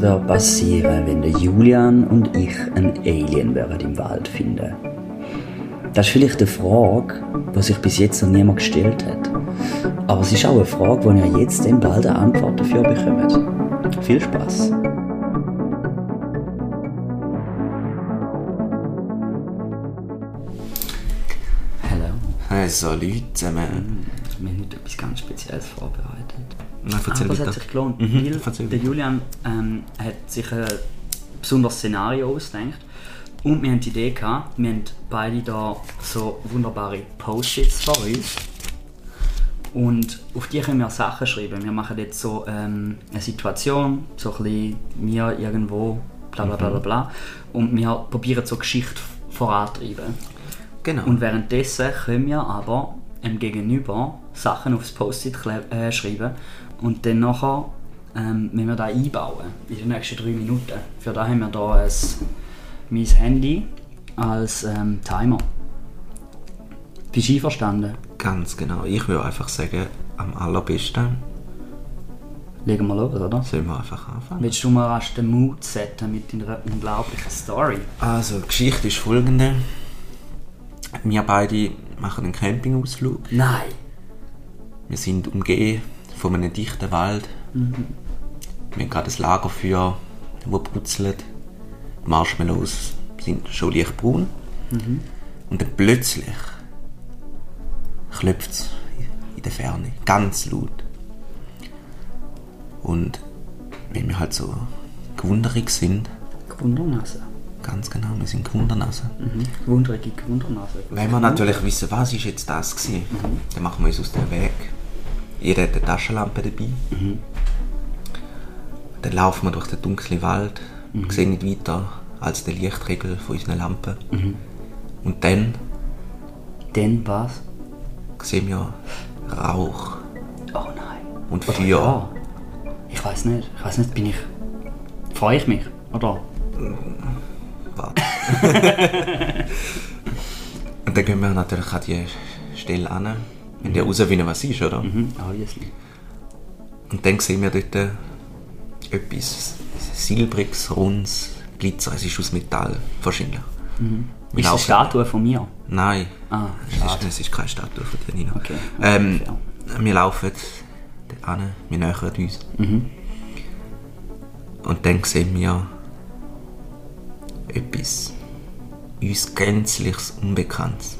würde passieren, wenn der Julian und ich einen Alien im Wald finden? Das ist vielleicht eine Frage, die sich bis jetzt noch niemand gestellt hat. Aber es ist auch eine Frage, wo ihr jetzt im Wald eine Antwort dafür bekommt. Viel Spaß! Hallo. Hey, salut zusammen. Wir haben heute etwas ganz Spezielles vorbereitet. Nein, erzähl Aber es weiter. hat sich gelohnt, Mhm, weil der Julian hat sich ein besonderes Szenario ausgedacht. Und wir haben die Idee gehabt, wir haben beide da so wunderbare Post-its vor uns. Und auf die können wir Sachen schreiben. Wir machen jetzt so eine Situation, so ein bisschen wir irgendwo, bla bla bla bla bla. Und wir probieren so Geschichte vorantreiben. Genau. Und währenddessen können wir aber dem Gegenüber Sachen aufs Post-it schreiben und dann nachher müssen wir das einbauen in den nächsten 3 Minuten. Für das haben wir hier mein Handy als Timer. Bist du einverstanden? Ganz genau. Ich würde einfach sagen, am allerbesten Legen wir los, oder? sollen wir einfach anfangen. Willst du mal rasch den Mood setzen mit deiner unglaublichen Story? Also, die Geschichte ist folgende. Wir beide machen einen Campingausflug. Nein! Wir sind umgeben von einem dichten Wald. Wir haben gerade ein Lagerfeuer, das brutzelt. Die Marshmallows sind schon leicht braun. Und dann plötzlich klopft es in der Ferne, ganz laut. Und wenn wir halt so gewunderig sind, Gewundernase. ganz genau, wir sind Gewundernase. Gewunderige Gewundernase. Wenn wir natürlich wissen, was ist jetzt das gewesen, dann machen wir uns aus dem Weg. Jeder hat eine Taschenlampe dabei. Dann laufen wir durch den dunklen Wald, sehen nicht weiter als den Lichtregel von unseren Lampen. Und dann Dann was? sehen wir Rauch Oh nein. und Oder Feuer. ja. Ich weiß nicht, freue ich mich, oder? Warte. Und dann gehen wir natürlich an die Stelle an. Wir haben ja herausfinden, was es ist, oder? Obviously. Und dann sehen wir dort etwas Silbriges, Rundes, Glitzer. Es ist aus Metall, wahrscheinlich. Wir Ist es eine laufen- Statue von mir? Nein, Ah, es ist keine Statue von dir, Nina. Okay. Wir laufen dort an, wir nähern uns. Und dann sehen wir etwas uns gänzlich Unbekanntes.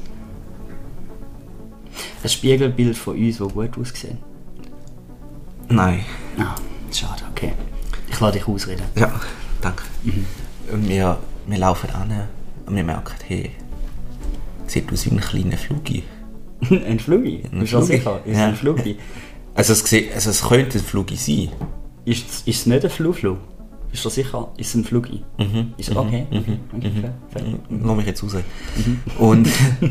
Ein Spiegelbild von uns, das gut aussieht. Nein. Ah, schade, okay. Ich lasse dich ausreden. Ja, danke. Und wir laufen an und wir merken, hey, sieht aus wie ein kleiner Flugi. Ein Flugi? Bist du sicher? Ist es Ja. ein Flugi? Also es könnte ein Flugi sein. Ist es nicht ein Flu-Flu? Bist du sicher? Ist es ein Flugi? Ist es okay? Okay, fair. Lass mich jetzt raus. Und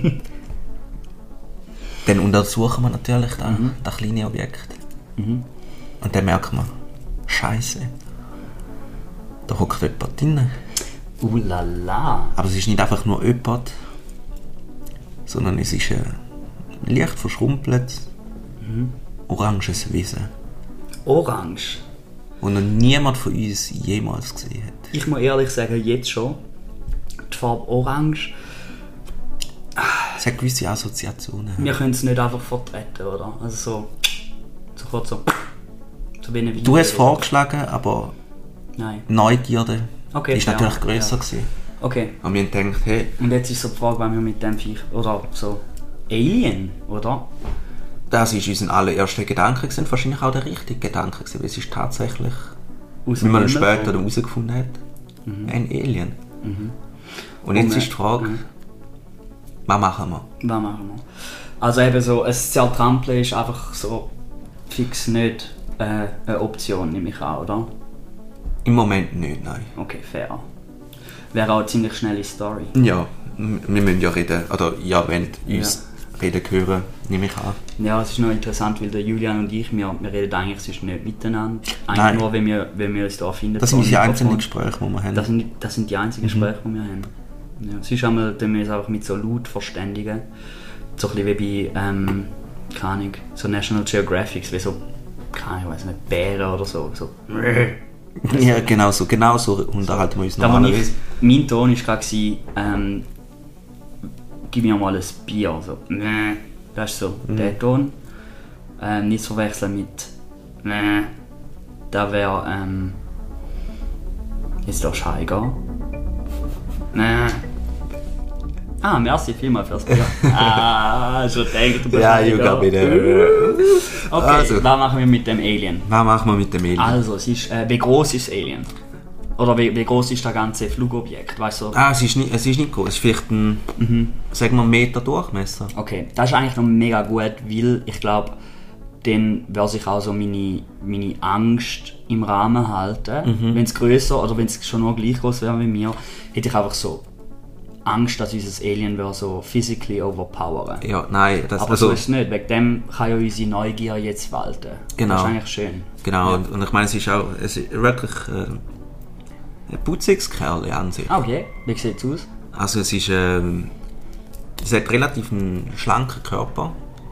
dann untersuchen wir natürlich das kleine Objekt. Und dann merkt man, Scheiße, da hockt jemand drin. Lala. Aber es ist nicht einfach nur jemand, sondern es ist ein leicht verschrumpeltes, oranges Wesen, Orange. das noch niemand von uns jemals gesehen hat. Ich muss ehrlich sagen, jetzt schon. Die Farbe Orange. Es hat gewisse Assoziationen. Wir können es nicht einfach vertreten, oder? Also so kurz so wie eine Du hast vorgeschlagen, aber Nein. die Neugierde Okay, ist ja, natürlich grösser ja. gewesen. Okay. Und wir haben gedacht, hey, Und jetzt ist so die Frage, wenn wir mit dem Viech, oder so Alien, oder? das war unser allererster Gedanke gewesen, wahrscheinlich auch der richtige Gedanke gewesen, weil es ist tatsächlich, Aus wie man dem später Himmel? herausgefunden hat, ein Alien. Und jetzt ist die Frage, was machen wir? Was machen wir? Also eben so, ein Zertrampeln ist einfach so fix nicht eine Option, nehme ich an, oder? Im Moment nicht, nein. Okay, fair. Wäre auch eine ziemlich schnelle Story. Ja, wir müssen ja reden, oder ihr wollt uns reden hören, nehme ich an. Ja, es ist noch interessant, weil der Julian und ich, wir reden eigentlich sonst nicht miteinander. Eigentlich Nein. nur, wenn wir uns da finden. Das sind unsere vor dem einzelnen Mikrofon. Gespräche, die wir haben. Das sind die einzigen Gespräche, die wir haben. Ja, sonst haben wir uns einfach mit so Laut verständigen. So ein bisschen wie bei, keine Ahnung, so National Geographic, wie so, keine Ahnung, ich weiss nicht, Bären oder so. So. Ja, genau so unterhalten wir uns Da, normalerweise. mein Ton war gerade, gib mir mal ein Bier. So. Das ist so der Ton. Nicht zu verwechseln mit da wäre jetzt darfst du heimgehen. Merci vielmals fürs Bier. Schon denkt, du bist Ja, Juga, bitte. Okay, Also. was machen wir mit dem Alien? Was machen wir mit dem Alien? Also, es ist, wie groß ist das Alien? Oder wie groß ist das ganze Flugobjekt? Weißt du? Es ist nicht groß. Es ist vielleicht ein, sagen wir, 1 Meter Durchmesser. Okay, das ist eigentlich noch mega gut, weil ich glaube, dann würde sich auch so meine Angst im Rahmen halten. Wenn es grösser oder wenn es schon noch gleich groß wäre wie mir, hätte ich einfach so Angst, dass unser Alien würde so physically overpowern. Ja, nein. Aber so ist es nicht. Wegen dem kann ja unsere Neugier jetzt walten. Genau. Das ist eigentlich schön. Genau, Ja. und ich meine, es ist wirklich ein putziges Kerl an sich. Okay, wie sieht es aus? Also es hat relativ einen schlanken Körper.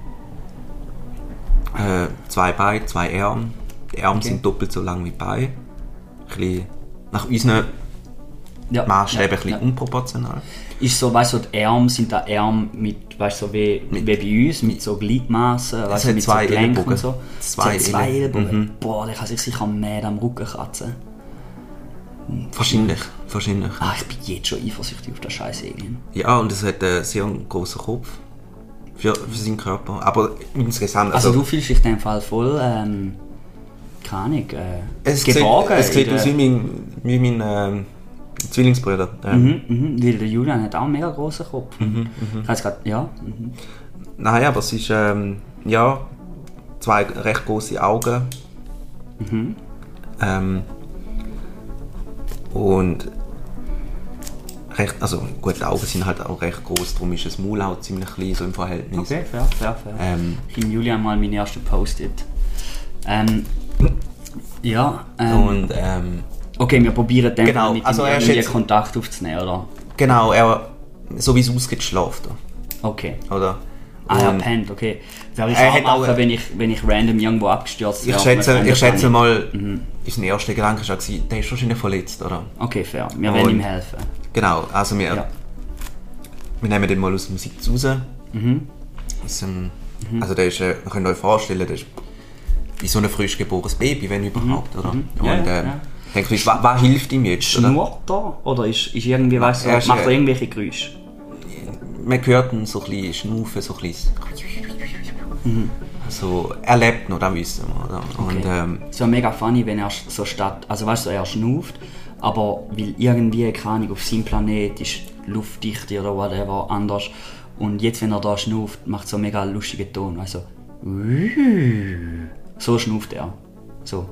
2 Beine, 2 Arme. Die Arme sind doppelt so lang wie die Beine. Ein bisschen, nach unseren Maßstäben ein bisschen unproportional. Ist so, weißt du, die Arme sind da Arme mit, weißt du, wie bei uns, mit so Gliedmaßen, weißt du, hat mit 2 so Gelenken Ellenbogen. und so. Zwei Es hat 2 Ellenbogen. Ellenbogen. Boah, der kann sich sicher mehr am Rücken kratzen. Wahrscheinlich. Ich bin jetzt schon eifersüchtig auf das scheiß Alien. Ja, und es hat einen sehr grossen Kopf für seinen Körper. Aber insgesamt... Also du fühlst dich in dem Fall voll, keine Ahnung, geborgen. Es sieht aus wie mein Zwillingsbruder. Weil der Julian hat auch einen mega grossen Kopf. Ich weiß gerade, ja. Nein, aber es ist 2 recht grosse Augen. Und recht, also gut, die Augen sind halt auch recht groß, darum ist das Maul auch ziemlich klein, so im Verhältnis. Okay, fair. Ich gebe Julian mal meinen ersten Post-it. Okay, wir probieren dann Genau, mit also ihm er ist irgendwie jetzt- Kontakt aufzunehmen, oder? Genau, so wie es aussieht, schläft er. Okay. Oder? Er Und pennt, okay. Werde ich Er auch hat auch- machen, wenn ich random irgendwo abgestürzt ich wäre. schätze mal, unser erster Gedanke war, der ist wahrscheinlich verletzt, oder? Okay, fair. Wir werden Und- ihm helfen. Genau, also wir Ja. nehmen den mal aus dem Sitz raus. Also der ist, ihr könnt euch vorstellen, der ist wie so ein frisch geborenes Baby, wenn überhaupt, oder? Ja, Und ja. denkt euch, was hilft ihm jetzt? Oder? Schnurrt er? Oder ist irgendwie, weißt du, Er ist, macht er irgendwelche Geräusche? Man hört ihn so ein bisschen schnaufen, so ein bisschen. Also, er lebt noch, das wissen wir, oder? Und, Es wäre mega funny, wenn er so statt, also weißt du, er schnauft, aber weil irgendwie, keine Ahnung, auf seinem Planet ist die Luftdichte oder whatever anders und jetzt, wenn er da schnauft, macht so einen mega lustigen Ton, weißt du, so schnauft er, so.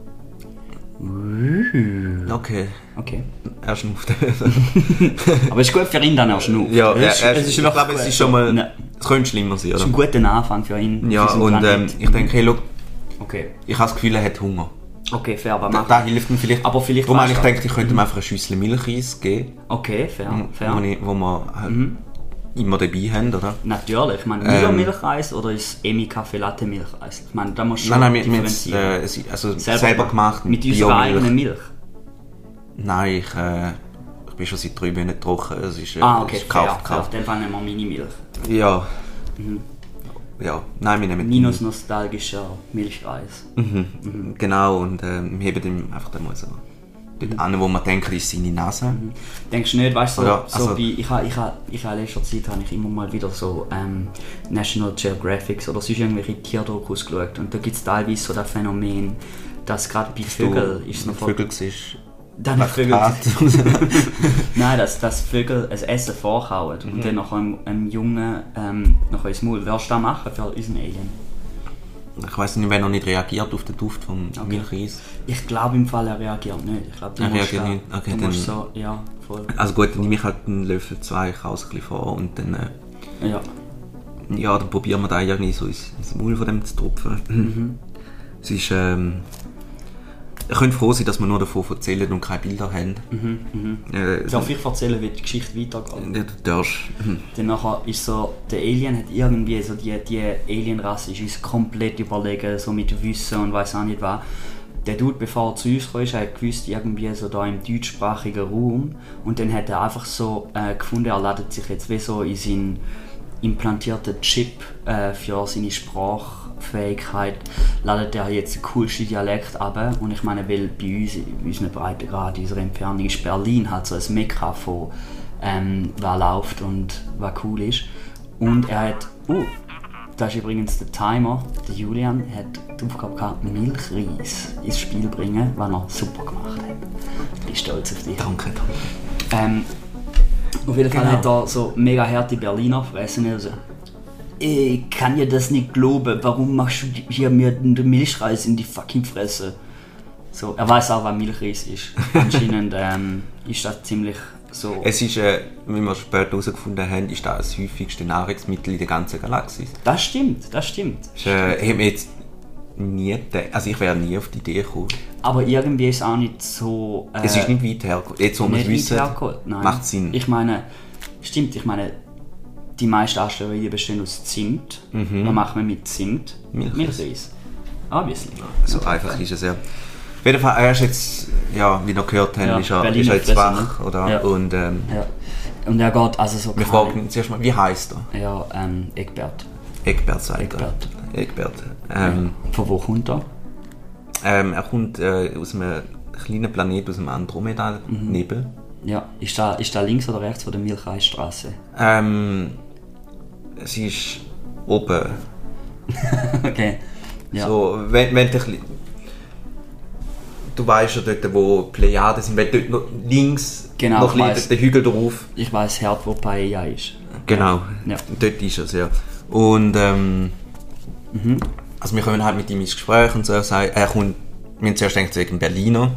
okay, Okay. er schnauft. Aber es ist gut für ihn, dann er schnauft. Ja, es ist ich wirklich glaube, es gut. ist schon mal, Nein, es könnte schlimmer sein, es ist oder? ein guter Anfang für ihn. Ja, für seinen und Planet. ich denke, hey, look, Okay, ich habe das Gefühl, er hat Hunger. okay, fair, aber Da mach. hilft ihm vielleicht. Aber vielleicht Darum habe weißt ich du- gedacht, ich könnte ihm einfach eine Schüssel Milcheis geben, Okay, fair. wo wir halt immer dabei haben, oder? Natürlich, ich meine, Milo-Milcheis oder ist Emi Kaffee Latte Milcheis? Ich meine, da musst du schon Nein, wir haben differenzieren. es selber gemacht. Mit unserer eigenen Biomilch. Milch? Nein, ich bin schon seit 3 Monaten trocken. Es ist, Okay, es ist fair. gekauft. Auf den Fall nehmen wir meine Milch. Ja. Ja, nein, wir nehmen Minus nostalgischer Milchreis. Genau, und wir heben ihm einfach dann mal so dort an, wo man denkt, ist seine Nase. Denkst du nicht, weißt du, so, Oder, also- ich habe in letzter Zeit habe ich immer mal wieder so National Geographic oder sonst irgendwelche Tierdokus geschaut und da gibt es teilweise so das Phänomen, dass gerade bei Vögeln ist es noch Vögel siehst. Dann Vögel. Nein, dass Vögel ein Essen vorkauen und dann nach einem Jungen nach ins Maul. Würdest du das machen für unseren Alien? Ich weiss nicht, wenn er nicht reagiert auf den Duft vom Milcheis. Ich glaube im Fall, er reagiert nicht. Ich glaube, Er reagiert nicht? Okay, du dann- musst so, ja, voll. Also gut, dann nehme ich halt einen Löffel 2, ich es ein bisschen vor und dann, Ja. ja, dann probieren wir da irgendwie so ins Maul von dem zu tropfen. Es ist, ihr könnt froh sein, dass wir nur davon erzählen und keine Bilder haben. Darf ich erzählen, wie die Geschichte weitergeht? Ja, du darfst. Dann nachher ist so, der Alien hat irgendwie, so die Alienrasse ist uns komplett überlegen, so mit Wissen und weiss auch nicht was. der Dude, bevor er zu uns kam, hat gewusst, irgendwie so da im deutschsprachigen Raum. Und dann hat er einfach so gefunden, er ladet sich jetzt wie so in seinen implantierten Chip für seine Sprachfähigkeit, ladet er jetzt den coolsten Dialekt ab. Und ich meine, weil bei uns, in unserem Breitengrad, in unserer Entfernung, ist Berlin halt so ein Mekka von was läuft und was cool ist. Und er hat, das ist übrigens der Timer, der Julian hat die Aufgabe gehabt, Milchreis ins Spiel zu bringen, was er super gemacht hat. Ich bin stolz auf dich. Danke. Auf jeden Fall hat er so mega harte Berliner fressen. Also, ich kann dir das nicht glauben, warum machst du hier mir den Milchreis in die fucking Fresse? So, er weiß auch, was Milchreis ist. Anscheinend ist das ziemlich so. Es ist, wie wir später herausgefunden haben, ist das häufigste Nahrungsmittel in der ganzen Galaxis. Das stimmt. Haben wir jetzt nie gedacht. Also ich wäre nie auf die Idee gekommen. Aber irgendwie ist es auch nicht so... es ist nicht weit hergeholt. Jetzt, wo wir es wissen, macht Sinn. Ich meine, die meisten Asteroiden bestehen aus Zimt. Was machen wir mit Zimt? Milchreis. Obviously. So einfach ist es ja. Auf jeden Fall, er ist jetzt, ja, wie wir gehört haben, ist er jetzt wach, oder? Ja. Und er geht also so... Wir fragen ihn zuerst mal, wie heisst er? Ja, Egbert. Egbert sagt er. Egbert. Von wo kommt er? Er kommt aus einem kleinen Planet, aus dem Andromeda-Nebel. Ja, ist da links oder rechts von der Milchreisstraße? Es ist oben. Okay. Ja. So, wenn du weißt ja dort, wo Plejaden sind, wenn dort noch links noch der Hügel drauf. Ich weiss hart, wo Paella ist. Genau, ja. Dort ist es, ja. Und also wir kommen halt mit ihm ins Gespräch und so, er sagt, wir haben zuerst gedacht, wegen Berliner.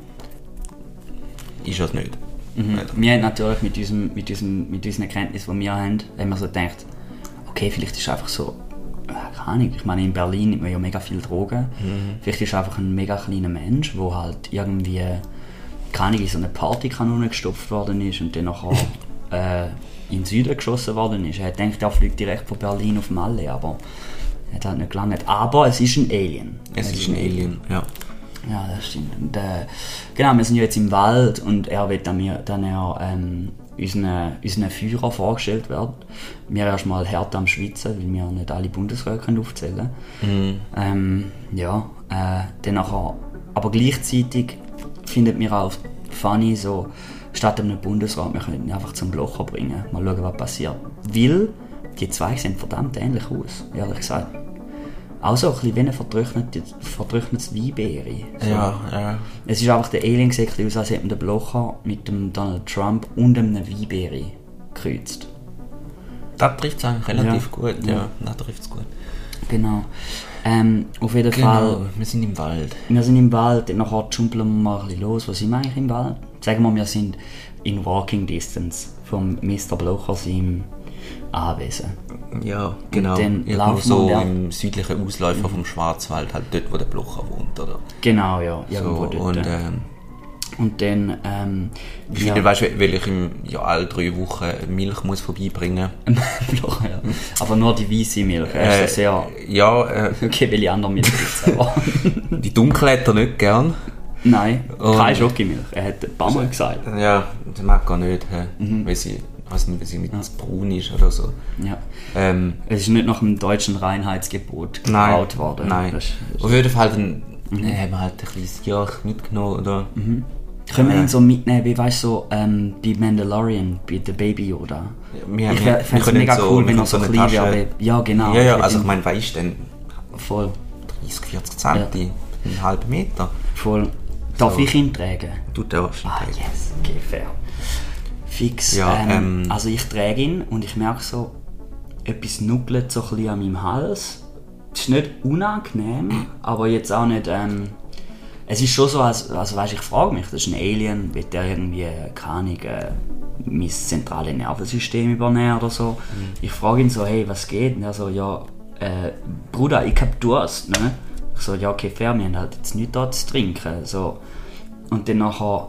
Ist es nicht. Wir haben natürlich mit unseren Erkenntnissen, die wir haben wir so gedacht, okay, vielleicht ist es einfach so, keine Ahnung, ich meine, in Berlin nimmt man ja mega viel Drogen. Vielleicht ist es einfach ein mega kleiner Mensch, der halt irgendwie, keine Ahnung, in so eine Partykanone gestopft worden ist und dann nachher in den Süden geschossen worden ist. Er denkt, er fliegt direkt von Berlin auf Malle, aber er hat halt nicht gelangt. Aber es ist ein Alien. Es ist ein Alien, ja. Ja, das stimmt. Und, genau, wir sind jetzt im Wald und er wird unseren Führer vorgestellt werden. Wir erstmal hart am Schwitzen, weil wir nicht alle Bundesräte aufzählen können. Dann nachher, aber gleichzeitig findet mir auch funny, so, statt einem Bundesrat, wir können ihn einfach zum Blocher bringen. Mal schauen, was passiert. Weil die zwei sehen verdammt ähnlich aus, ehrlich gesagt. Auch so ein bisschen wie ein vertrocknetes Weinbeere. So. Ja. Es ist einfach der Alien gesehen, als hätte man den Blocher mit dem Donald Trump und einem Weinbeere gekreuzt. Das trifft es eigentlich relativ gut, ja. Das trifft es gut. Genau. Auf jeden Fall... Wir sind im Wald. Nachher jumpeln wir mal ein bisschen los. Wo sind wir eigentlich im Wald? Sagen wir sind in Walking Distance vom Mr. Blocher seinem Anwesen. Ja, genau. Dann irgendwo so im südlichen Ausläufer vom Schwarzwald, halt dort, wo der Blocher wohnt, oder? Genau, ja. Irgendwo so, dort. Und dann... weißt du, weil ich ihm ja alle 3 Wochen Milch muss vorbeibringen muss. Ja. Aber nur die weiße Milch. Ist sehr... okay, welche andere Milch gibt es? Die dunkle hat er nicht gern. Nein, keine Schokimilch. Er hat ein paar Mal gesagt. Ja, das mag er nicht, weil sie... Ich weiß nicht, wie sie mit braun ist oder so. Ja. Es ist nicht nach dem deutschen Reinheitsgebot gebaut worden. Nein. Auf jeden Fall dann haben wir halt ein kleines Jörg mitgenommen, oder? Können wir ihn so mitnehmen, wie weißt du, so, bei Mandalorian, bei The Baby Yoda? Ich fände es mega so, cool, wenn er so klein wäre. Ja, genau. Ja, also ich meine, weißt du denn? Voll. 30, 40 cm, einen halben Meter. Voll. Darf ich ihn tragen? Du darfst ihn tragen. Yes, okay, fair. Fix. Ja, also ich trage ihn und ich merke so, etwas nuckelt so ein bisschen an meinem Hals. Es ist nicht unangenehm, aber jetzt auch nicht... es ist schon so, also weißt, ich frage mich, das ist ein Alien, wird der irgendwie, keine Ahnung, mein zentrales Nervensystem übernehmen oder so. Ich frage ihn so, hey, was geht? Und er so, ja, Bruder, ich hab Durst, ne? Ich so, ja, okay, fair, wir haben halt jetzt nichts da zu trinken. So. Und dann nachher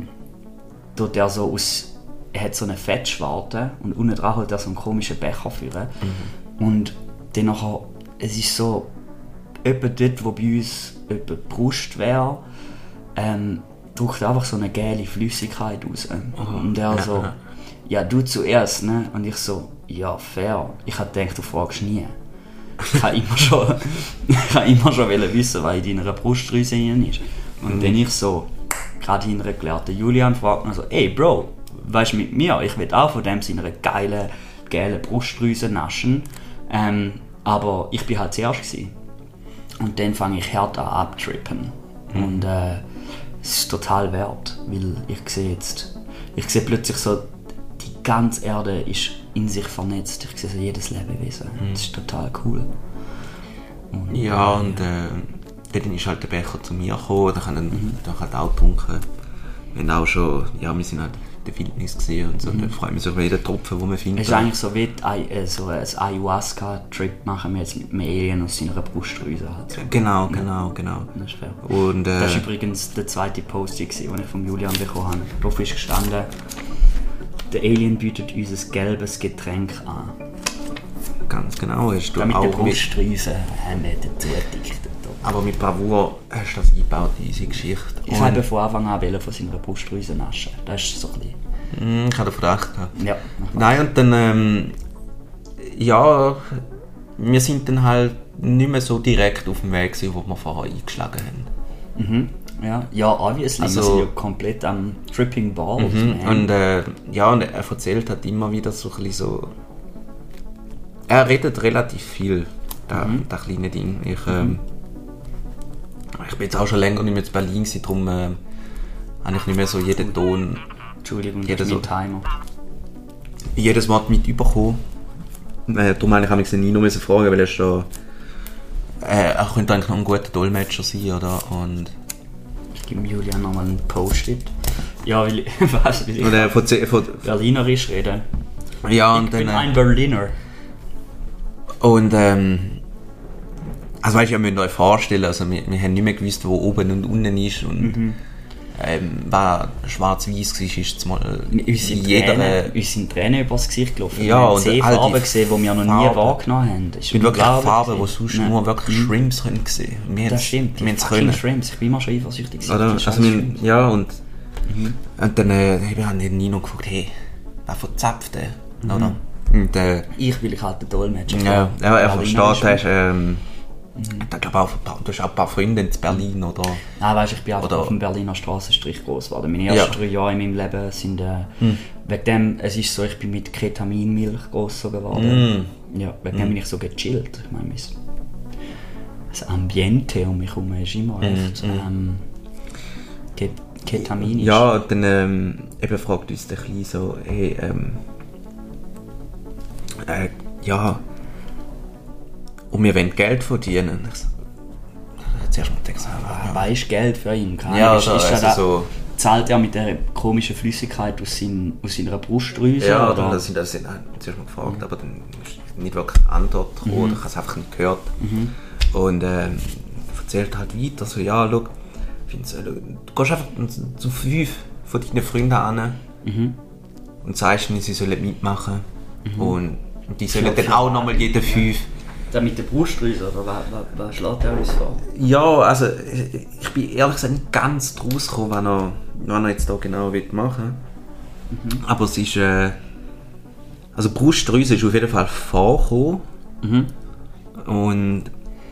tut er so aus... Er hat so eine Fettschwarte und unten dran holt er so einen komischen Becher führen. Und dann nachher, es ist so etwa dort, wo bei uns etwa die Brust wäre, drückt einfach so eine gelbe Flüssigkeit raus. Und er so, ja, du zuerst, ne? Und ich so, ja, fair. Ich hab gedacht, du fragst nie. Ich habe immer schon wissen, was in deiner Brustdrüse ist. Und dann ich so, gerade hintergelernten Julian fragt mich so, ey Bro, weißt du mit mir, ich will auch von dem seiner geilen Brustdrüse naschen. Aber ich bin halt zuerst gewesen. Und dann fange ich hart an abtrippen. Und es ist total wert, weil ich sehe plötzlich so, die ganze Erde ist in sich vernetzt. Ich sehe so jedes Lebewesen. Das ist total cool. Und, dann ist halt der Becher zu mir gekommen, dann haben wir halt auch getrunken. Wir haben auch schon, wir sind halt in der Wildnis gesehen und so. Da freuen wir uns über jeden Tropfen, den wir finden. Es ist eigentlich so wie so ein Ayahuasca-Trip machen wir jetzt mit einem Alien aus seiner Brustdrüse. Halt. Genau. Das ist fair. Und, das war übrigens der zweite Post, den ich von Julian bekommen habe. Darauf ist gestanden, der Alien bietet uns ein gelbes Getränk an. Ganz genau. Hast du damit auch die Brustdrüse nicht dazu dichtet. Aber mit Bravour hast du das eingebaut in unsere Geschichte. Ich wollte von Anfang an von seiner Brustdrüse naschen. Das ist so ein bisschen... Ich hatte den Verdacht gehabt. Ja. Nein, und dann... wir sind dann halt nicht mehr so direkt auf dem Weg gewesen, wo wir vorher eingeschlagen haben. Ja, obviously. Also, wir sind ja komplett am Tripping Balls. Und er erzählt halt immer wieder so ein bisschen so... Er redet relativ viel, das kleine Ding. Ich bin jetzt auch schon länger nicht mehr in Berlin gewesen, darum habe ich nicht mehr so jeden Ton... Entschuldigung, das ist mein Timer. Jedes Wort mit überkommen. Darum habe ich den Nino fragen, weil er könnte eigentlich noch ein guter Dolmetscher sein, oder? Und ich gebe Julian nochmal einen Post-it. Ja, weil ich von Berlinerisch reden. Ja, und ich bin ein Berliner. Und also weißt du, ihr müsst euch vorstellen, also wir haben nicht mehr gewusst, wo oben und unten ist und was schwarz-weiß war, ist es mal uns sind Tränen übers Gesicht gelaufen. Ja, und Farben gesehen, die wir noch nie wahrgenommen haben. Das sind wirklich Farben, die sonst nur wirklich Shrimps können sehen. Das stimmt, die fucking Shrimps. Ich bin immer schon eifersüchtig. Und dann haben wir Nino gefragt, hey, was verzapft der? Oder? Und, ich will halt den Dolmetscher. Ja, er versteht, du hast auch ein paar Freunde in Berlin, oder? Nein, weißt, ich bin einfach auf dem Berliner Strassenstrich groß geworden. Meine ersten 3 Jahre in meinem Leben sind wegen dem, es ist so, ich bin mit Ketaminmilch groß geworden. Ja, wegen dem bin ich so gechillt. Ich meine, das Ambiente um mich herum ist immer recht ketaminisch. Ja, dann eben fragt uns der Kleine so, hey, und wir wollen Geld verdienen. Zuerst mal gedacht, was ist Geld für ihn? Zahlt er mit der komischen Flüssigkeit aus seiner Brustdrüse? Ja, oder? das haben wir zuerst mal gefragt, aber dann ist nicht wirklich eine Antwort gekommen, oder ich habe es einfach nicht gehört. Und erzählt halt weiter, so, ja, schau, du gehst einfach zu 5 von deinen Freunden an und sagst ihnen, sie sollen mitmachen. Und die sollen dann auch nochmal jeden 5. Der mit der Brustdrüse, oder was schlägt er uns vor? Ja, also ich bin ehrlich gesagt nicht ganz draus gekommen, was er jetzt da genau machen will. Aber es ist... also Brustdrüse ist auf jeden Fall vorgekommen. Und...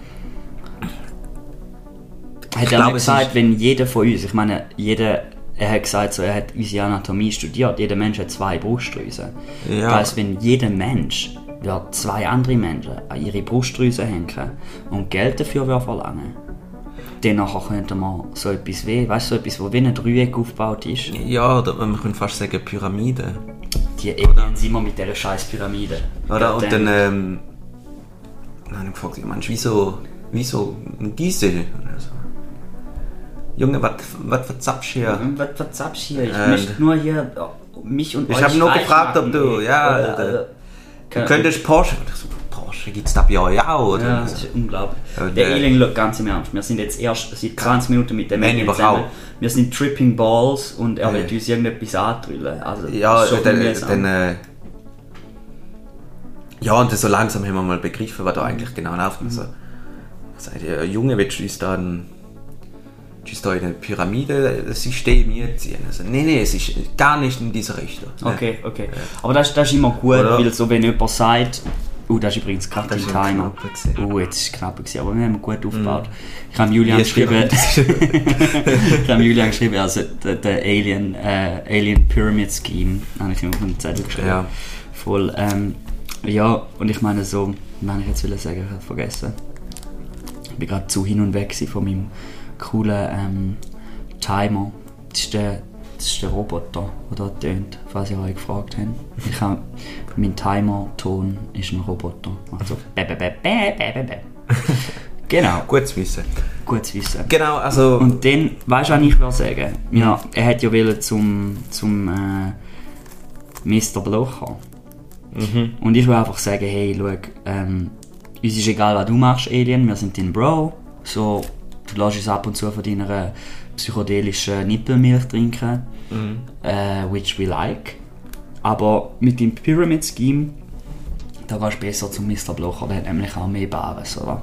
Hat er gesagt, wenn jeder von uns, ich meine, er hat gesagt, so, er hat unsere Anatomie studiert, jeder Mensch hat 2 Brustdrüsen. Ja. Das heisst, wenn jeder Mensch 2 andere Menschen an ihre Brustdrüse hängen und Geld dafür verlangen, dann nachher könnte man so etwas so etwas, wo wie ein Dreieck aufgebaut ist. Ja, oder man könnte fast sagen Pyramide. Die Aliens sind immer mit dieser scheiß Pyramide. Oder? Und dann habe ich gefragt, meinst du, wieso diese? Junge, was verzapfst du hier? Was verzapfst du hier? Ich möchte nur hier mich und ich euch habe nur gefragt, ob du, du könntest Porsche. Porsche gibt es da bei euch auch, oder? Ja, das ist unglaublich. Der Alien schaut ganz im Ernst. Wir sind jetzt erst seit 20 Minuten mit dem Alien zusammen. Wir sind Tripping Balls und er will uns irgendetwas antrüllen. Also, ja, und so langsam haben wir mal begriffen, was da eigentlich genau läuft. Also, gesagt, ja, Junge, willst du uns da in ein Pyramidensystem einziehen? Also, nein, es ist gar nicht in diese Richtung. Okay. Aber das ist immer gut, oder? Weil so, wenn jemand sagt, das ist übrigens gerade ein Timer. Jetzt ist es knapp gewesen, aber wir haben gut aufgebaut. Ich habe Julian geschrieben, also der Alien Pyramid Scheme, habe ich ihm auf den Zettel geschrieben. Ja. Voll, ja, und ich meine so, was ich jetzt will sagen, ich habe vergessen. Ich bin gerade zu hin und weg von meinem coolen Timer. Das ist der Roboter, der da tönt, falls ihr euch gefragt habt. Mein Timer-Ton ist ein Roboter. Macht so Genau. Gut zu wissen. Genau, also... Und dann, weißt du, was ich will sagen? Ja, er hat ja wollen zum Mr. Blocher. Und ich will einfach sagen, hey, schau, uns ist egal, was du machst, Alien, wir sind dein Bro. So, du lässt uns ab und zu von deiner psychedelischen Nippelmilch trinken, which we like. Aber mit dem Pyramid Scheme, da gehst du besser zum Mr. Blocher, der hat nämlich auch mehr Bares, oder?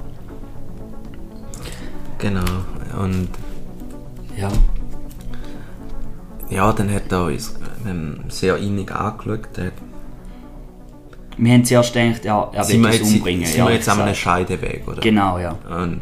Genau, und... Ja. Ja, dann hat er uns sehr innig angeschaut. Wir haben zuerst gedacht, er will uns umbringen. Sind wir jetzt an einem Scheideweg, oder? Genau, ja.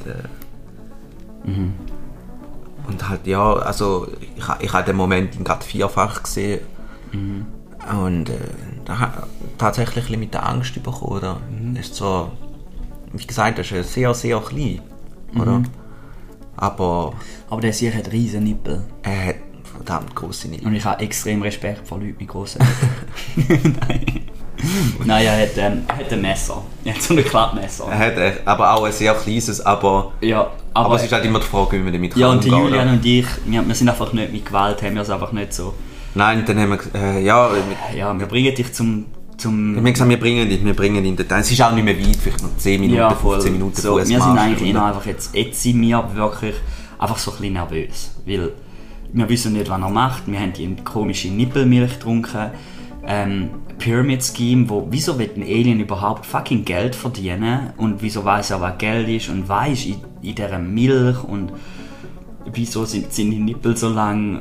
Und halt, ja, also ich habe den Moment gerade vierfach gesehen. Und da hat tatsächlich ein bisschen mit der Angst bekommen, oder? Ist so, wie gesagt, das ist sehr, sehr klein, oder? Aber der Sieg hat riesen Nippel. Er hat verdammt grosse Nippel. Und ich habe extrem Respekt vor Leuten mit grossen Nippeln. Nein, er hat ein Messer. Er hat so ein Klappmesser. Er hat aber auch ein sehr kleines, aber es ist halt immer die Frage, wie man damit ja, und Julian und ich, wir sind einfach nicht mit Gewalt, haben wir es einfach nicht so. Nein, dann haben wir wir bringen dich zum... Wir haben gesagt, wir bringen ihn dorthin. Es ist auch nicht mehr weit, vielleicht noch 10 Minuten, 15 Minuten so, wir sind eigentlich einfach jetzt sind wir wirklich einfach so ein bisschen nervös, weil wir wissen nicht, was er macht. Wir haben die komische Nippelmilch getrunken. Pyramid Scheme, wieso will ein Alien überhaupt fucking Geld verdienen und wieso weiß er, was Geld ist und weiß in dieser Milch und wieso sind die Nippel so lang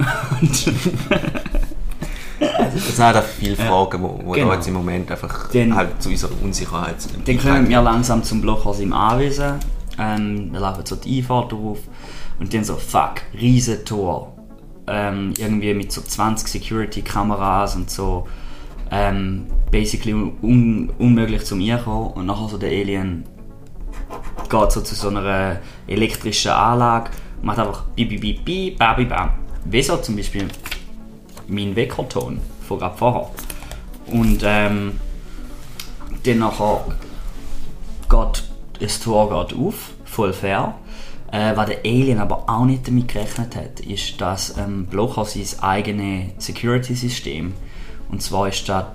Es sind auch viele Fragen, die genau. Jetzt im Moment einfach halt zu unserer Unsicherheit sind. Dann kommen wir langsam zum Bloch aus dem Anwesen. Wir laufen so die Einfahrt drauf und dann so, fuck, riesen Tor. Irgendwie mit so 20 Security-Kameras und so. Basically unmöglich zum Einkommen. Und nachher so der Alien geht so zu so einer elektrischen Anlage und macht einfach bip bip bip bip bam bam. Wie so zum Beispiel mein Weckerton von gerade vorher. Und dann nachher geht das Tor auf, voll fair. Was der Alien aber auch nicht damit gerechnet hat, ist, dass Blocher sein eigenes Security-System, und zwar ist das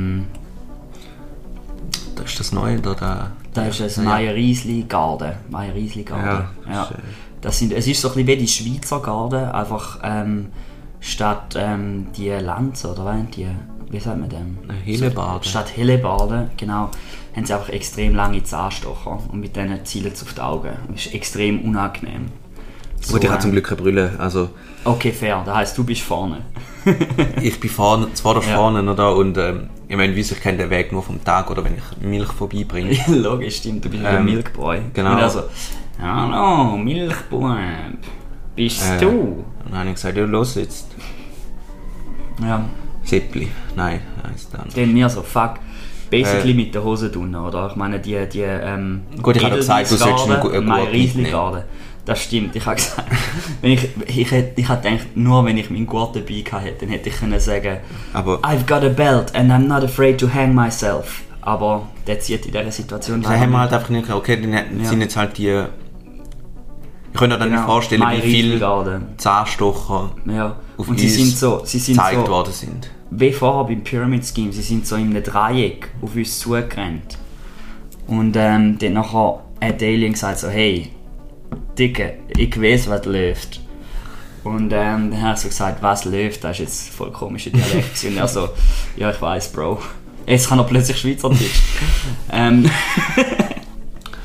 das ist das Neue, oder? Das ist das Meyer-Riesli-Garde. Ja. Es ist so ein bisschen wie die Schweizer Garde, einfach statt die Lanze, oder wie sagt man dem? Hellebarde. Statt Hellebarde, genau, haben sie einfach extrem lange Zahnstocher und mit denen zielen sie auf die Augen. Das ist extrem unangenehm. So, gut, ich habe zum Glück eine Brille, also... Okay, fair, das heisst, du bist vorne. Ich bin vorne, oder? Und ich meine, ich kenne den Weg nur vom Tag, oder wenn ich Milch vorbeibringe. Ja, logisch, stimmt, du bist der Milchboy. Genau. Und also, hallo, Milchboy, bist du? Und dann habe ich gesagt, ja, los jetzt. Ja. Seppli. Nein, ist dann. Dann mir so, fuck, basically mit der Hose tun, oder? Ich meine, die gut, ich habe gesagt, du solltest eine gute Riesli-Garde. Das stimmt, ich habe gesagt, ich habe gedacht, nur wenn ich meinen Gurt dabei hatte, dann hätte ich können sagen, aber I've got a belt and I'm not afraid to hang myself. Aber der zieht in dieser Situation leider. Da haben wir halt einfach nicht gesagt, okay, dann sind jetzt halt die... Ich kann mir dann nicht vorstellen, wie viele Zahnstocher auf und sie sind gezeigt worden sind. Wie vorher beim Pyramid Scheme, sie sind so in einem Dreieck auf uns zugerannt. Und dann nachher hat der Alien gesagt so, hey, Dicke, ich weiß, was läuft. Und dann hat er so gesagt, was läuft, das ist jetzt voll komischer Dialekt. Und er so, ja, ich weiss, Bro. Jetzt kann er plötzlich Schweizerdeutsch.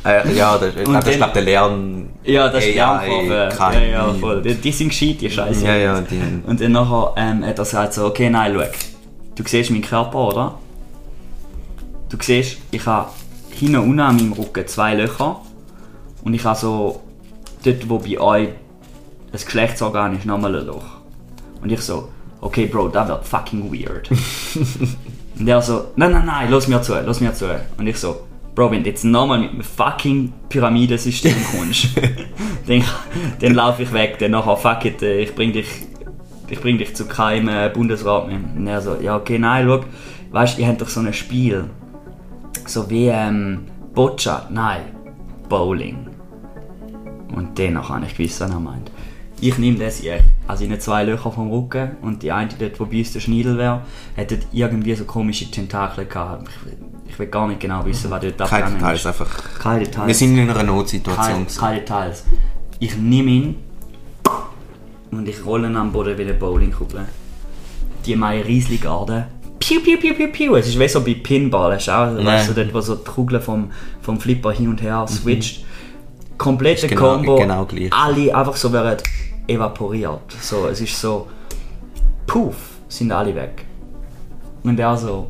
Ja, das ist glaube der Lern... Ja, das ist die Lernkurve. KI. Ja, voll. Die sind gescheit, die Scheiße. Ja, Und dann nachher hat er gesagt so, okay, nein, schau. Du siehst meinen Körper, oder? Du siehst, ich habe hinten und unten an meinem Rücken 2 Löcher. Und ich habe so, dort wo bei euch ein Geschlechtsorgan ist, nochmal ein Loch. Und ich so, okay Bro, das wird fucking weird. Und er so, nein, lass mir zu. Und ich so, Bro, wenn du jetzt nochmal mit einem fucking Pyramidensystem kommst, dann laufe ich weg, dann nachher, fuck it, ich bring dich zu keinem Bundesrat mehr. Und er so, ja okay, nein, schau, weißt du, ihr habt doch so ein Spiel, so wie Boccia, nein, Bowling. Und danach habe ich gewusst, was er meint. Ich nehme das hier, also in 2 Löcher vom Rücken und die eine dort, wo bei uns der Schniedel wäre, hat irgendwie so komische Tentakel gehabt. Ich will gar nicht genau wissen, was dort abgegangen ist. Keine Details, einfach. Keine Details. Wir sind in einer Notsituation. Keine Details. Ich nehme ihn und ich rolle ihn am Boden wie eine Bowlingkugel. Die meine Riesling-Garde. Piu, piu, piu, piu, piu. Es ist wie so bei Pinball, weißt du, dort, wo so die Kugel vom Flipper hin und her switcht. Komplette Combo, genau gleich. Alle einfach so werden evaporiert. So, es ist so, puff, sind alle weg. Und er so,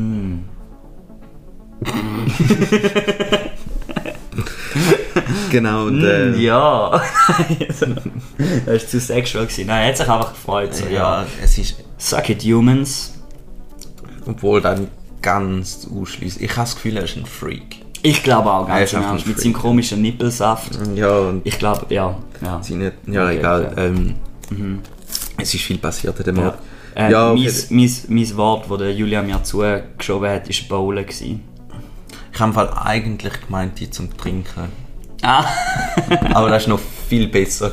Genau, und ja. Das war zu sexual gewesen. Nein, er hat sich einfach gefreut. So, ja, es ist... Suck it, humans. Obwohl dann ganz ausschließlich... Ich habe das Gefühl, er ist ein Freak. Ich glaube auch ganz genau. Mit seinem komischen Nippelsaft. Ja, und... Ich glaube, ja. Sie nicht, ja, okay, egal. Okay. Es ist viel passiert in dem Ort. Ja, mein Wort, das der Julian mir zugeschoben hat, war Bowlen. Ich habe im Fall eigentlich gemeint, die zum Trinken. Ah. Aber das war noch viel besser.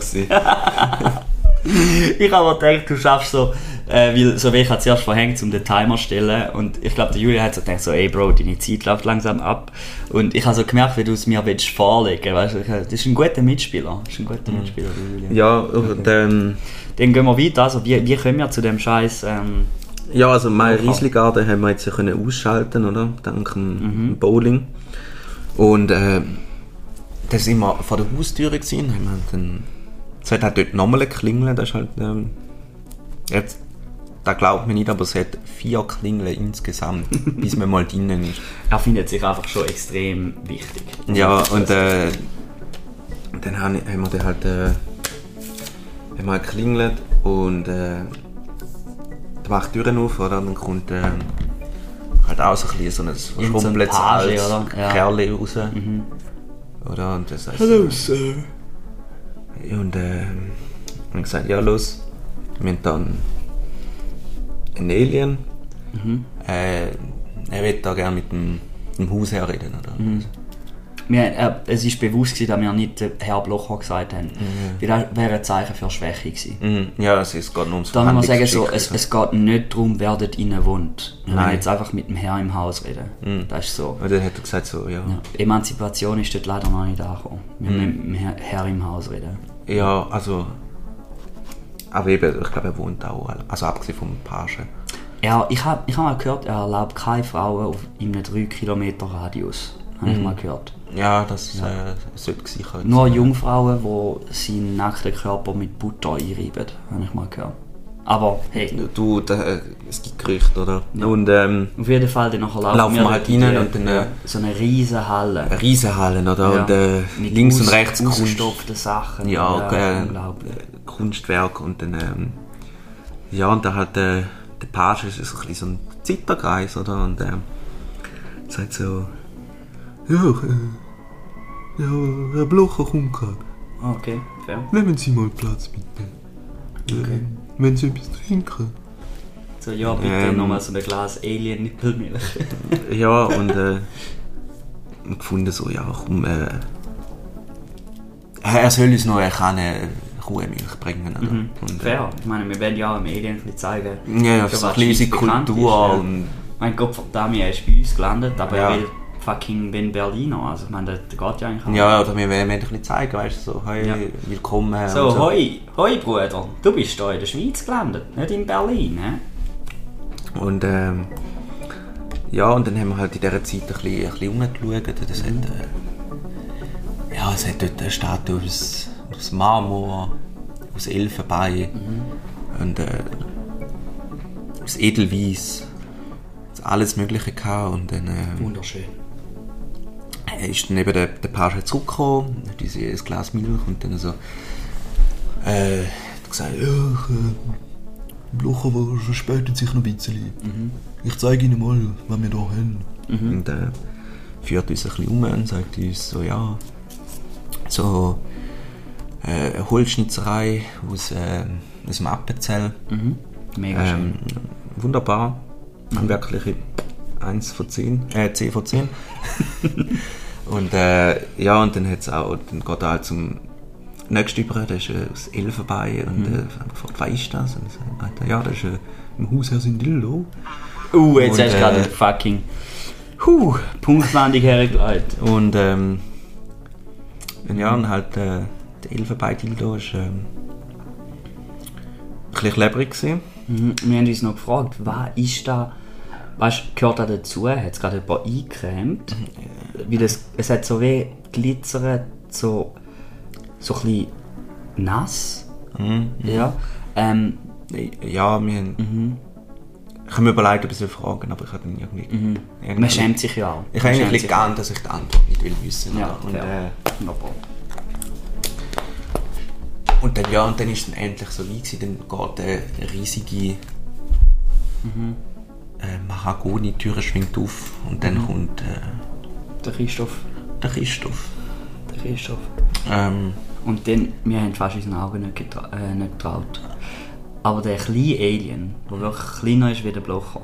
Ich habe mir gedacht, du schaffst so, weil so wie ich habe zuerst verhängt, um den Timer zu stellen. Und ich glaube, der Julian hat so gedacht, so, ey Bro, deine Zeit läuft langsam ab. Und ich habe so gemerkt, wie du es mir vorlegen willst. Weißt du, das ist ein guter Mitspieler. Der Julian. Ja, und dann gehen wir weiter. Also, wie kommen wir zu dem Scheiß? Ja, also meine Riesling-Garde haben wir jetzt ja können ausschalten, oder? Dank dem Bowling. Und da sind wir vor der Haustüre gewesen, haben wir dann... Es hat halt dort nochmal geklingelt, das ist halt... Jetzt, das glaubt man nicht, aber es hat 4 Klingeln insgesamt, bis man mal drinnen ist. Er findet sich einfach schon extrem wichtig. Ja, und dann haben wir dann halt... haben wir geklingelt und... die macht die Türen auf, oder? Dann kommt halt auch so ein verschrumpeltes Kerl raus. Oder? Und das heißt, Hello, Sir. Und ich gesagt, ja los, wir haben dann einen Alien. Er will da gerne mit dem Hausherr reden, oder? Es war bewusst, dass wir nicht Herr Blocher gesagt haben. Weil das wäre ein Zeichen für Schwäche gewesen. Ja, es geht nur ums Dann muss man sagen, so, es geht nicht darum, wer dort innen wohnt. Wir wollen jetzt einfach mit dem Herr im Haus reden. Das ist so. Und dann hat er gesagt, so, ja. Emanzipation ist dort leider noch nicht angekommen. Wir müssen mit dem Herr im Haus reden. Ja, also... Aber eben, ich glaube, er wohnt auch, also abgesehen vom Page. Ja, ich hab mal gehört, er erlaubt keine Frauen in einem 3 Kilometer Radius. Habe ich mal gehört. Ja, das sollte sicher sein. Nur Jungfrauen, die seinen nackten Körper mit Butter einreiben, habe ich mal gehört. Aber hey. Es gibt Gerüchte, oder? Ja. Und, auf jeden Fall dann nachher laufen wir halt rein und dann... so eine riesen Halle. Eine riesen Halle, oder? Ja. Und links und rechts ausgestopfte Sachen. Ja, unglaublich. Kunstwerk und dann... ja, und dann halt der Page ist so ein bisschen so ein Zitterkreis, oder? Und sagt so... Ja, Herr Blocher kommt gerade. Okay, fair. Nehmen Sie mal Platz, bitte. Okay. Wenn Sie etwas trinken. So, ja, bitte nochmal so ein Glas Alien-Nippelmilch. Ja, und gefunden so, ja, komm, er soll uns noch eine Kanne Kuhmilch bringen. Und, fair. Ich meine, wir werden ja auch im Alien ein bisschen zeigen. Ja, so eine kleine Kultur. Und mein Gott, verdammt, er ist bei uns gelandet, aber er will fucking bin Berliner, also ich meine, der geht ja eigentlich auch. Ja, oder wir wollen ein bisschen zeigen, weißt du, so, hey, willkommen. So, hoi Bruder, du bist hier in der Schweiz gelandet, nicht in Berlin, he? Und ja, und dann haben wir halt in dieser Zeit ein bisschen umgeschaut. Das hat Ja, es hat dort eine Statue aus Marmor, aus Elfenbein und aus Edelweiss. Alles Mögliche gehabt. Und dann Wunderschön. ist dann eben der Page zurückgekommen, hat uns ein Glas Milch und dann so hat gesagt, ja, Blocher verspätet sich noch ein bisschen. Ich zeige Ihnen mal, was wir hier haben. Und führt uns ein bisschen um und sagt uns so, ja, so eine Holzschnitzerei aus dem Appenzell. Mega schön. Wunderbar. Handwerkliche 1 von 10, 10 von 10. Und ja, und dann hat's auch, dann geht er halt zum nächsten über, der ist aus Elfenbein und fragt, was ist das? Und dann sagt er, ja, das ist im Haus Herr Dildo. Jetzt hast du gerade eine fucking Punktlandung hergelegt. Und ja, und halt der Elfenbein-Dildo ist ein bisschen klebrig gewesen. Wir haben uns noch gefragt, was ist da, gehört da dazu? Hat es gerade jemand eingecremt? Weil es hat so wie glitzert, so ein bisschen nass. Ja. Ja, wir haben... Ich habe mir überlegt, ob ich fragen soll, aber ich habe dann irgendwie... Man schämt sich ja auch. Ich habe eigentlich gern, dass ich die Antwort nicht will wissen. Ja, und, wunderbar. und dann ist es endlich so weit gewesen, dann geht eine riesige Mahagoni-Tür schwingt auf und dann kommt Der Christoph. der Christoph. Und dann, wir haben fast unseren Augen nicht getraut. Aber der kleine Alien, der wirklich kleiner ist wie der Blocher,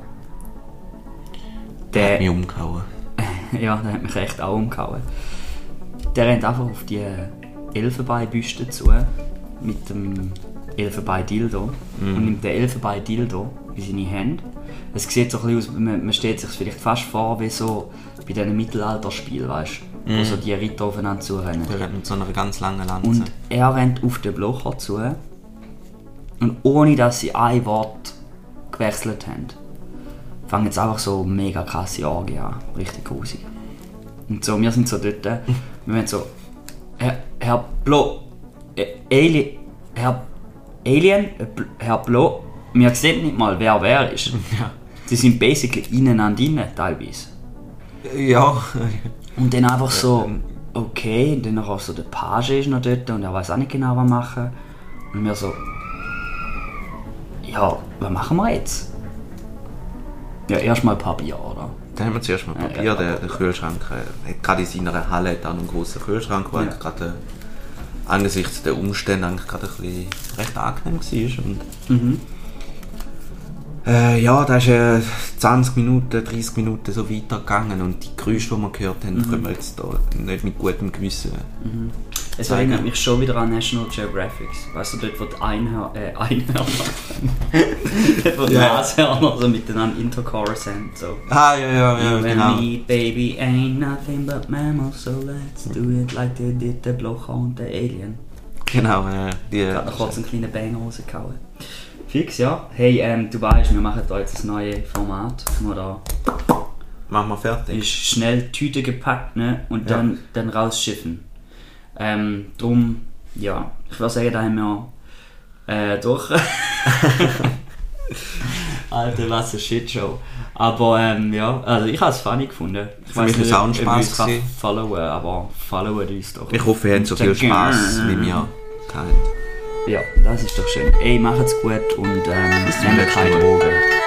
Der hat mich umgehauen. ja, der hat mich echt auch umgehauen. Der rennt einfach auf die Elfenbeinbüste zu, mit dem Elfenbein-Dildo. Und nimmt den Elfenbein-Dildo in seine Hände. Es sieht so ein bisschen aus, man stellt sich vielleicht fast vor, wie so bei diesen Mittelalterspielen, weißt du, wo so die Ritter aufeinander zurennen. Der rennt mit so einer ganz langen Lanze. Und er rennt auf den Blocher zu. Und ohne dass sie ein Wort gewechselt haben, fangen jetzt einfach so mega krasse Orgie an. Richtig grusig. Und so, wir sind so dort, wir haben so, Herr Blo, wir sehen nicht mal, wer ist. Ja. Die sind basically ineinander rein, teilweise. Ja. Und dann einfach so, okay, und dann auch so der Page ist noch dort und er weiß auch nicht genau, was machen. Und wir so, ja, was machen wir jetzt? Ja, erstmal Papier, oder? Dann haben wir zuerst mal Papier, Ja. der Kühlschrank hat gerade in seiner Halle hat auch einen grossen Kühlschrank, der eigentlich gerade angesichts der Umstände eigentlich gerade ein bisschen recht angenehm war. Und ja, da ist 20 Minuten, 30 Minuten so weitergegangen und die Geräusche, die wir gehört haben, können wir jetzt da nicht mit gutem Gewissen Es erinnert mich schon wieder an National Geographic. Weißt du, dort wo die Einhörner dort wo die Nashörner so miteinander intercourse sind. So. Ah, ja, You genau. and me, baby, ain't nothing but mammals, so let's do it like they did der Blocher und der Alien. Genau, die... Ich habe noch kurz einen kleinen Banger rausgehauen. Fix, ja. Hey, du weißt, wir machen da jetzt ein neues Format. Da Machen wir fertig. ist schnell die Tüte gepackt, ne? Und dann rausschiffen. Drum, ja, ich würde sagen, da haben wir durch. Alter, was eine Shitshow. Aber ja, also ich habe es funny gefunden. Ich Für mich weiss war es auch ein nicht, ob Spass uns kann gewesen. followen, aber followen uns doch. Ich hoffe, ihr habt so viel Spass wie wir hatten. Ja, das ist doch schön. Ey, macht's gut und nehmt nächsten keine Mal. Drogen.